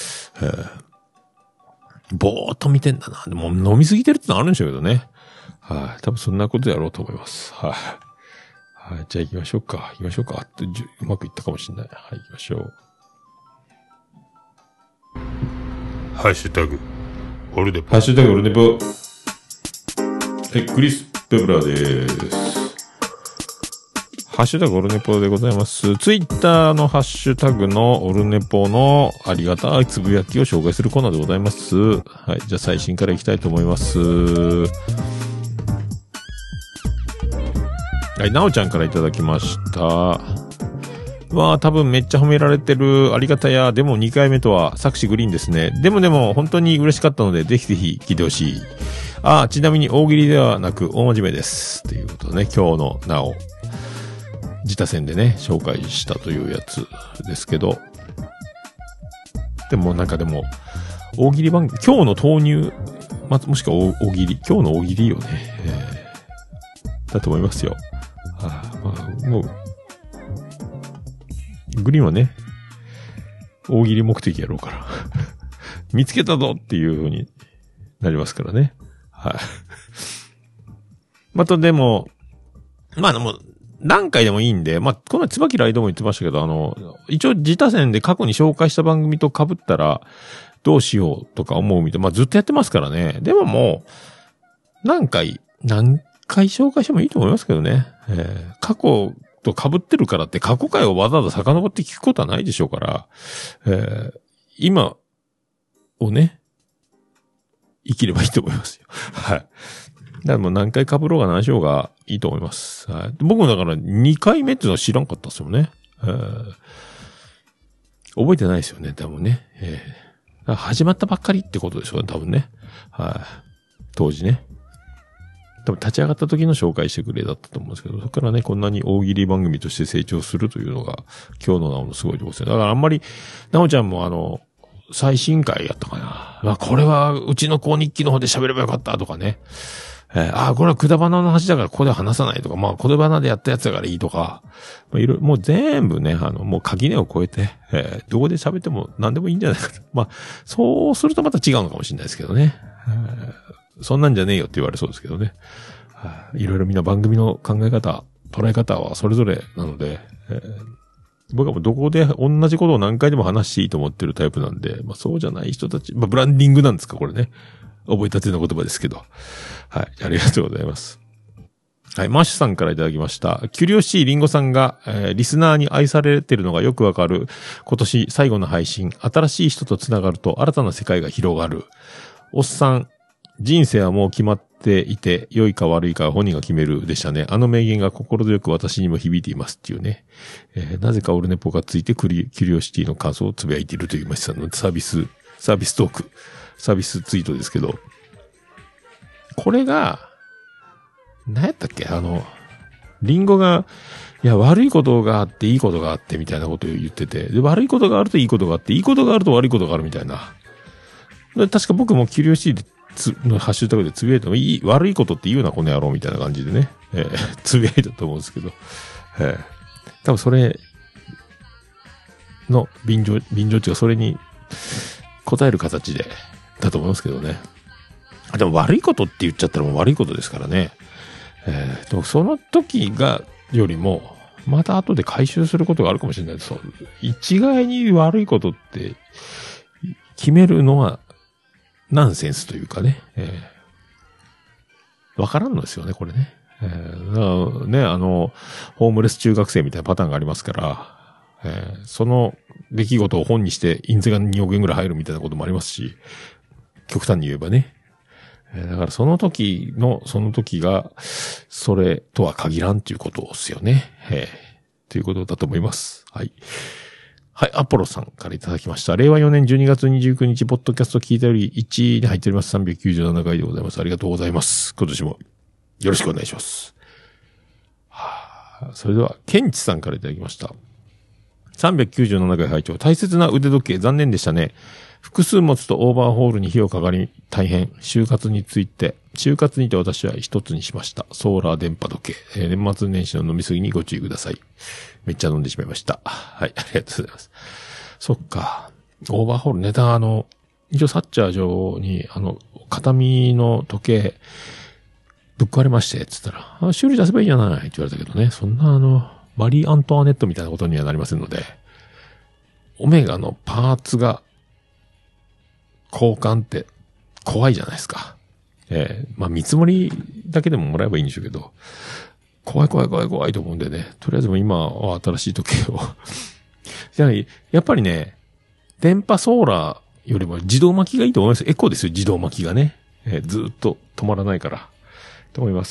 ぼーっと見てんだな。でも飲みすぎてるってのあるんでしょうけどね。はい、多分そんなことやろうと思います。はい、はい、じゃあ行きましょうか。行きましょうか。うまくいったかもしれない。はい、行きましょう。ハッシュタグ、オルネポ。ハッシュタグ、オルネポ。クリス・ペブラーです。ハッシュタグオルネポでございます。ツイッターのハッシュタグのオルネポのありがたいつぶやきを紹介するコーナーでございます。はい。じゃあ最新からいきたいと思います。はい。なおちゃんからいただきました。まあ多分めっちゃ褒められてるありがたや、でも2回目とは作詞グリーンですね。でも本当に嬉しかったのでぜひぜひ聞いてほしい。ちなみに大喜利ではなく大真面目です。ということでね、今日のなお。自他戦でね、紹介したというやつですけど。でも、大喜利番組、今日の投入、もしくは大喜利、今日の大喜利よね。だと思いますよ。もう、グリーンはね、大喜利目的やろうから。見つけたぞっていう風になりますからね。はい。またでも、何回でもいいんで、この椿ライドも言ってましたけど、一応自他戦で過去に紹介した番組と被ったら、どうしようとか思うみたいな。ずっとやってますからね。でももう、何回紹介してもいいと思いますけどね。過去と被ってるからって過去回をわざわざ遡って聞くことはないでしょうから、今をね、生きればいいと思いますよ。はい。だからもう何回被ろうが何しようがいいと思います。はい、僕もだから2回目っていうのは知らんかったですよね。覚えてないですよね、多分ね。始まったばっかりってことでしょうね、多分ね。はい、当時ね。多分立ち上がった時の紹介してくれだったと思うんですけど、そこからね、こんなに大喜利番組として成長するというのが、今日のなおのすごいところですね。だからあんまり、なおちゃんも最新回やったかな。これはうちの子日記の方で喋ればよかったとかね。これはくだばなの話だからここで話さないとか、くだばなでやったやつだからいいとか、もう全部ね、もう垣根を越えて、どこで喋っても何でもいいんじゃないかと。そうするとまた違うのかもしれないですけどね。そんなんじゃねえよって言われそうですけどね。いろいろみんな番組の考え方、捉え方はそれぞれなので、僕はもうどこで同じことを何回でも話していいと思ってるタイプなんで、そうじゃない人たち、ブランディングなんですか、これね。覚えたての言葉ですけど。はい。ありがとうございます。はい。マッシュさんからいただきました。キュリオシーリンゴさんが、リスナーに愛されてるのがよくわかる。今年最後の配信。新しい人とつながると新たな世界が広がる。おっさん、人生はもう決まっていて、良いか悪いかは本人が決めるでしたね。あの名言が心強く私にも響いていますっていうね。なぜかオルネポがついてキュリオシティの感想をつぶやいているというマッシュさんのサービストーク。サービスツイートですけど、これが、何やったっけリンゴが、悪いことがあっていいことがあってみたいなことを言ってて、で、悪いことがあるといいことがあって、いいことがあると悪いことがあるみたいな。確か僕もキュリオシテハッシュタグでつぶやいても悪いことって言うな、この野郎みたいな感じでね、つぶやいたと思うんですけど、多分それの便乗っていうか、それに答える形で、だと思いますけどね。でも悪いことって言っちゃったらもう悪いことですからね。でもその時よりも、また後で回収することがあるかもしれないです。一概に悪いことって決めるのはナンセンスというかね。わからんのですよね、これね。だからね、ホームレス中学生みたいなパターンがありますから、その出来事を本にして印税が2億円ぐらい入るみたいなこともありますし、極端に言えばね。だからその時が、それとは限らんということですよね。ということだと思います。はい。はい、アポロさんからいただきました。令和4年12月29日、ポッドキャスト聞いたより1位に入っております。397回でございます。ありがとうございます。今年もよろしくお願いします。それでは、ケンチさんからいただきました。397回拝聴。大切な腕時計、残念でしたね。複数持つとオーバーホールに火をかかり大変。就活にて私は一つにしました。ソーラー電波時計。年末年始の飲みすぎにご注意ください。めっちゃ飲んでしまいました。はい、ありがとうございます。そっか。オーバーホールね。一応サッチャー上に、片身の時計、ぶっ壊れまして、つったら、修理出せばいいじゃないって言われたけどね。そんなマリー・アントワネットみたいなことにはなりませんので、オメガのパーツが、交換って怖いじゃないですか。見積もりだけでももらえばいいんでしょうけど、怖いと思うんでね、とりあえずも今は新しい時計を。やっぱりね、電波ソーラーよりも自動巻きがいいと思います。エコですよ、自動巻きがね。ずっと止まらないから。と思います。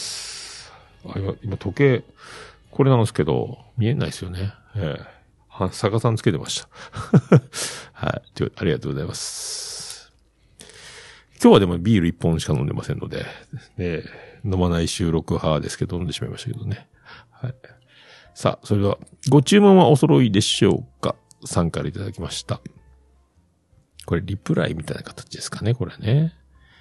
今時計、これなんですけど、見えないですよね。逆さんつけてました。はい。ありがとうございます。今日はでもビール1本しか飲んでませんので、飲まない収録派ですけど飲んでしまいましたけどね。はい。さあ、それでは、ご注文はお揃いでしょうか？さんからいただきました。これリプライみたいな形ですかね、これね。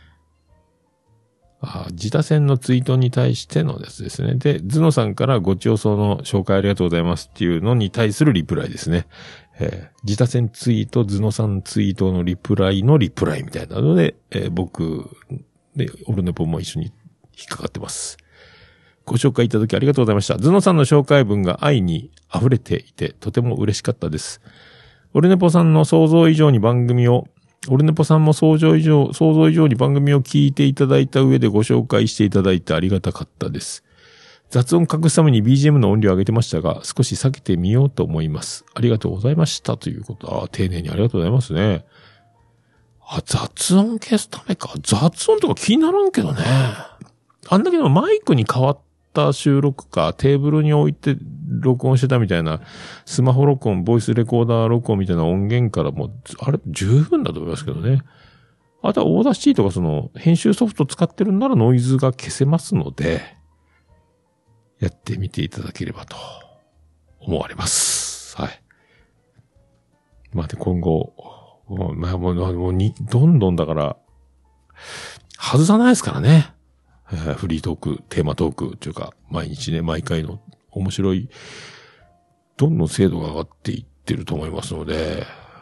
自他戦のツイートに対してのやつですね。で、ズノさんからご調査の紹介ありがとうございますっていうのに対するリプライですね。自他戦ツイート、ズノさんツイートのリプライのリプライみたいなので、僕でオルネポも一緒に引っかかってます。ご紹介いただきありがとうございました。ズノさんの紹介文が愛に溢れていてとても嬉しかったです。オルネポさんの想像以上に番組をオルネポさんも想像以上に番組を聞いていただいた上でご紹介していただいてありがたかったです。雑音隠すために BGM の音量を上げてましたが、少し避けてみようと思います。ありがとうございましたということ。丁寧にありがとうございますね。雑音消すためか。雑音とか気にならんけどね。あんだけどマイクに変わった収録か、テーブルに置いて録音してたみたいな、スマホ録音、ボイスレコーダー録音みたいな音源からも、あれ、十分だと思いますけどね。あとはオーダーシティとかその、編集ソフト使ってるんならノイズが消せますので、やってみていただければと思われます。はい。今後、どんどんだから、外さないですからね。フリートーク、テーマトークというか、毎日ね、毎回の面白い、どんどん精度が上がっていってると思いますので、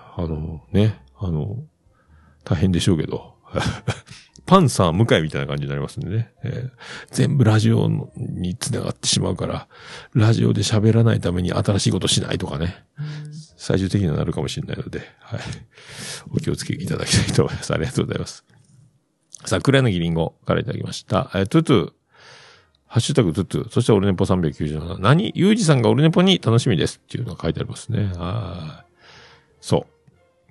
大変でしょうけど、パンサー向井みたいな感じになりますんでね、全部ラジオに繋がってしまうから、ラジオで喋らないために新しいことしないとかね、最終的にはなるかもしれないので、はい。お気をつけいただきたいと思います。ありがとうございます。さあ、黒柳りんごからいただきました。トゥトゥ、ハッシュタグトゥトゥ、そしてオルネポ397。ゆうじさんがオルネポに楽しみですっていうのが書いてありますね。そう。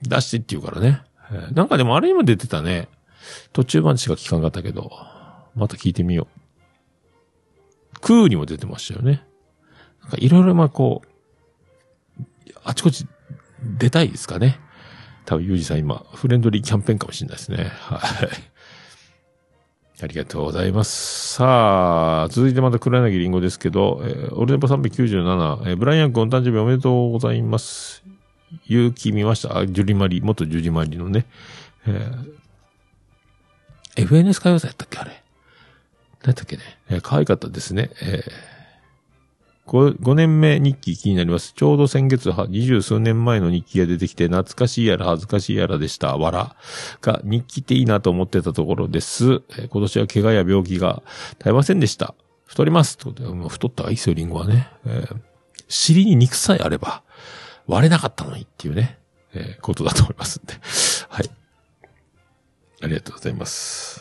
出してって言うからね。なんかでもあれにも出てたね。途中までしか聞かんかったけど、また聞いてみよう。クーにも出てましたよね。なんかいろいろあちこち出たいですかね。多分ゆうじさん今、フレンドリーキャンペーンかもしれないですね。はい。ありがとうございます。さあ、続いてまた黒柳りんごですけど、オルネポ397、ブライアン君お誕生日おめでとうございます。勇気見ました。元ジュリマリのね、 FNS 歌謡祭やったっけあれ。何だっけね。可愛かったですね。5年目日記気になります。ちょうど先月20数年前の日記が出てきて、懐かしいやら恥ずかしいやらでした。わら。が、日記っていいなと思ってたところです。今年は怪我や病気が絶えませんでした。太ります。ということで、太ったらいいですよ、リンゴはね。尻に肉さえあれば、割れなかったのにっていうね、ことだと思いますんで。はい。ありがとうございます。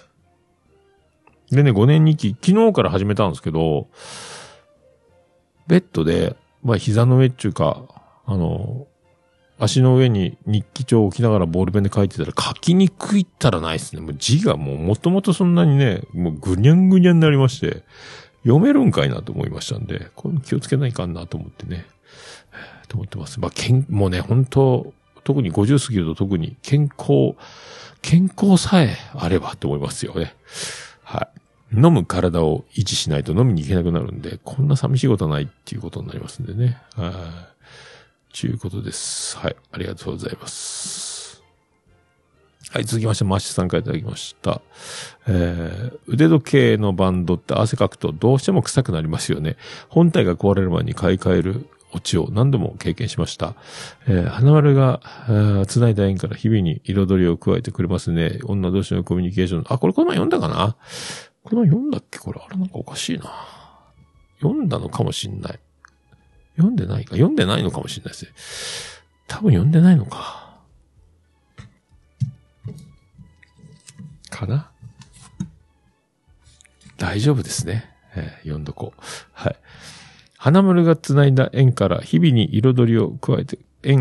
でね、5年日記、昨日から始めたんですけど、ベッドで、膝の上っていうか、足の上に日記帳を置きながらボールペンで書いてたら書きにくいったらないですね。もう字がもともとそんなにね、もうぐにゃんぐにゃになりまして、読めるんかいなと思いましたんで、これ気をつけないかんなと思ってね、と思ってます。もうね、本当特に50過ぎると特に健康さえあればって思いますよね。はい。飲む体を維持しないと飲みに行けなくなるんで、こんな寂しいことはないっていうことになりますんでね。ということです。はい。ありがとうございます。はい。続きまして、マッシュさんからいただきました。腕時計のバンドって汗かくとどうしても臭くなりますよね。本体が壊れる前に買い替えるオチを何度も経験しました。花丸が、繋いだ縁から日々に彩りを加えてくれますね。女同士のコミュニケーション。これこの前読んだかな？これ読んだっけこれ、あれなんかおかしいな。読んだのかもしんない。読んでないか読んでないのかもしんないですね。多分読んでないのか。かな？大丈夫ですね。読んどこう。はい。花丸が繋いだ縁から日々に彩りを加えて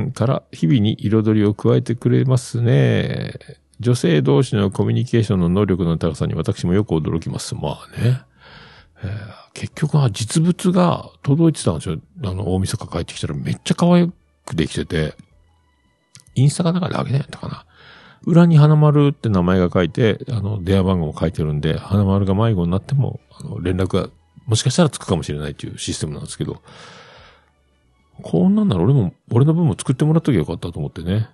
くれますね。女性同士のコミュニケーションの能力の高さに私もよく驚きます。まあね。結局は実物が届いてたんですよ。大晦日帰ってきたらめっちゃ可愛くできてて、インスタかなんかであげないやったかな。裏に花丸って名前が書いて、電話番号も書いてるんで、花丸が迷子になっても、連絡がもしかしたらつくかもしれないっていうシステムなんですけど、こんなんなら俺の分も作ってもらっときゃよかったと思ってね。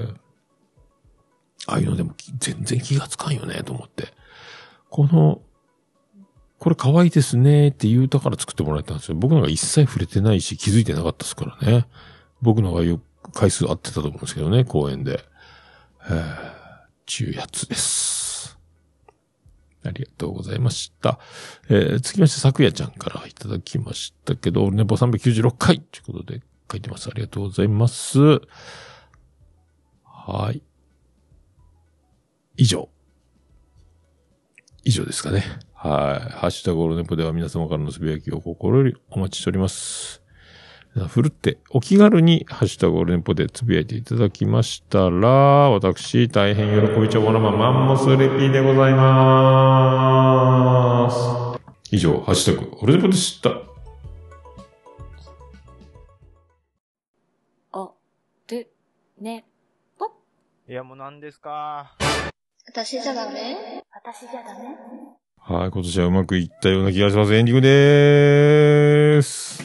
ああいうのでも全然気がつかんよね、と思って。これ可愛いですねって言うたから作ってもらえたんですよ。僕のが一切触れてないし気づいてなかったですからね。僕のが回数合ってたと思うんですけどね、公演で。ちゅうやつです。ありがとうございました。続きまして、さくやちゃんからいただきましたけど、ネポ396回ということで書いてます。ありがとうございます。はい。以上ですかね。はい。ハッシュタグオルネポでは皆様からのつぶやきを心よりお待ちしております。ふるってお気軽にハッシュタグオルネポでつぶやいていただきましたら、私大変喜びちょぼなまマンモスレピーでございます。以上、ハッシュタグオルネポでした。 ねぽ。 いやもう何ですか。 私じゃダメ？ はい、今年はうまくいったような気がします。エンディングでーす。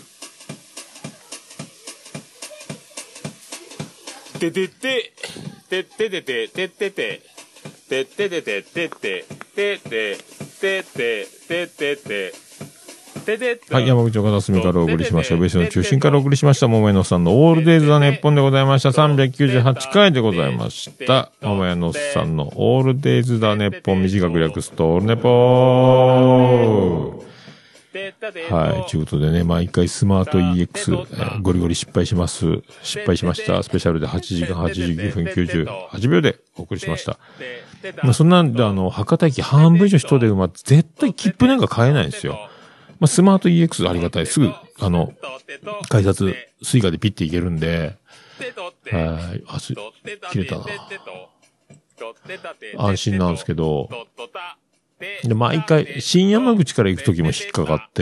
ててて、てててて、ててて、てててて、てて、てて、てて、ててて、 はい、山口岡田隅からお送りしました。ベースの中心からお送りしました。桃屋のさんのオールデイズ・ザ・ネッポンでございました。398回でございました。桃屋のさんのオールデイズ・ザ・ネッポン、短く略すとオールネポー。はい、ということでね、毎回スマート EX、ゴリゴリ失敗しました。スペシャルで8時間89分98秒でお送りしました。まあ、そんなんで博多駅半分以上人で埋まって、絶対切符なんか買えないんですよ。まあ、スマート EX ありがたい。すぐ、改札、スイカでピッていけるんで、はい、切れたな。安心なんですけど、で、毎回、新山口から行くときも引っかかって、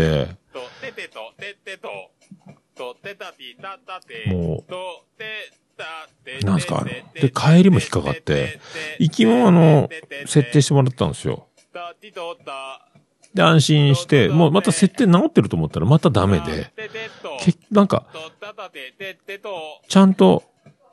もう、なんすか、で、帰りも引っかかって、行きも設定してもらったんですよ。で、安心して、もうまた設定直ってると思ったらまたダメで、なんか、ちゃんと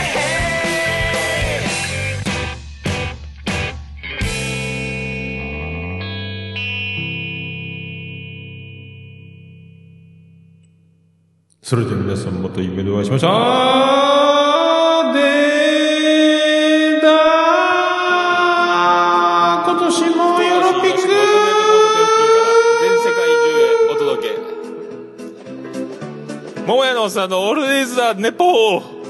それでは皆さんまた夢でお会いしましょう。でだ今年もヨーロピック全世界中へお届け。桃屋のおっさんのオールディーズ・ザ・ネポー。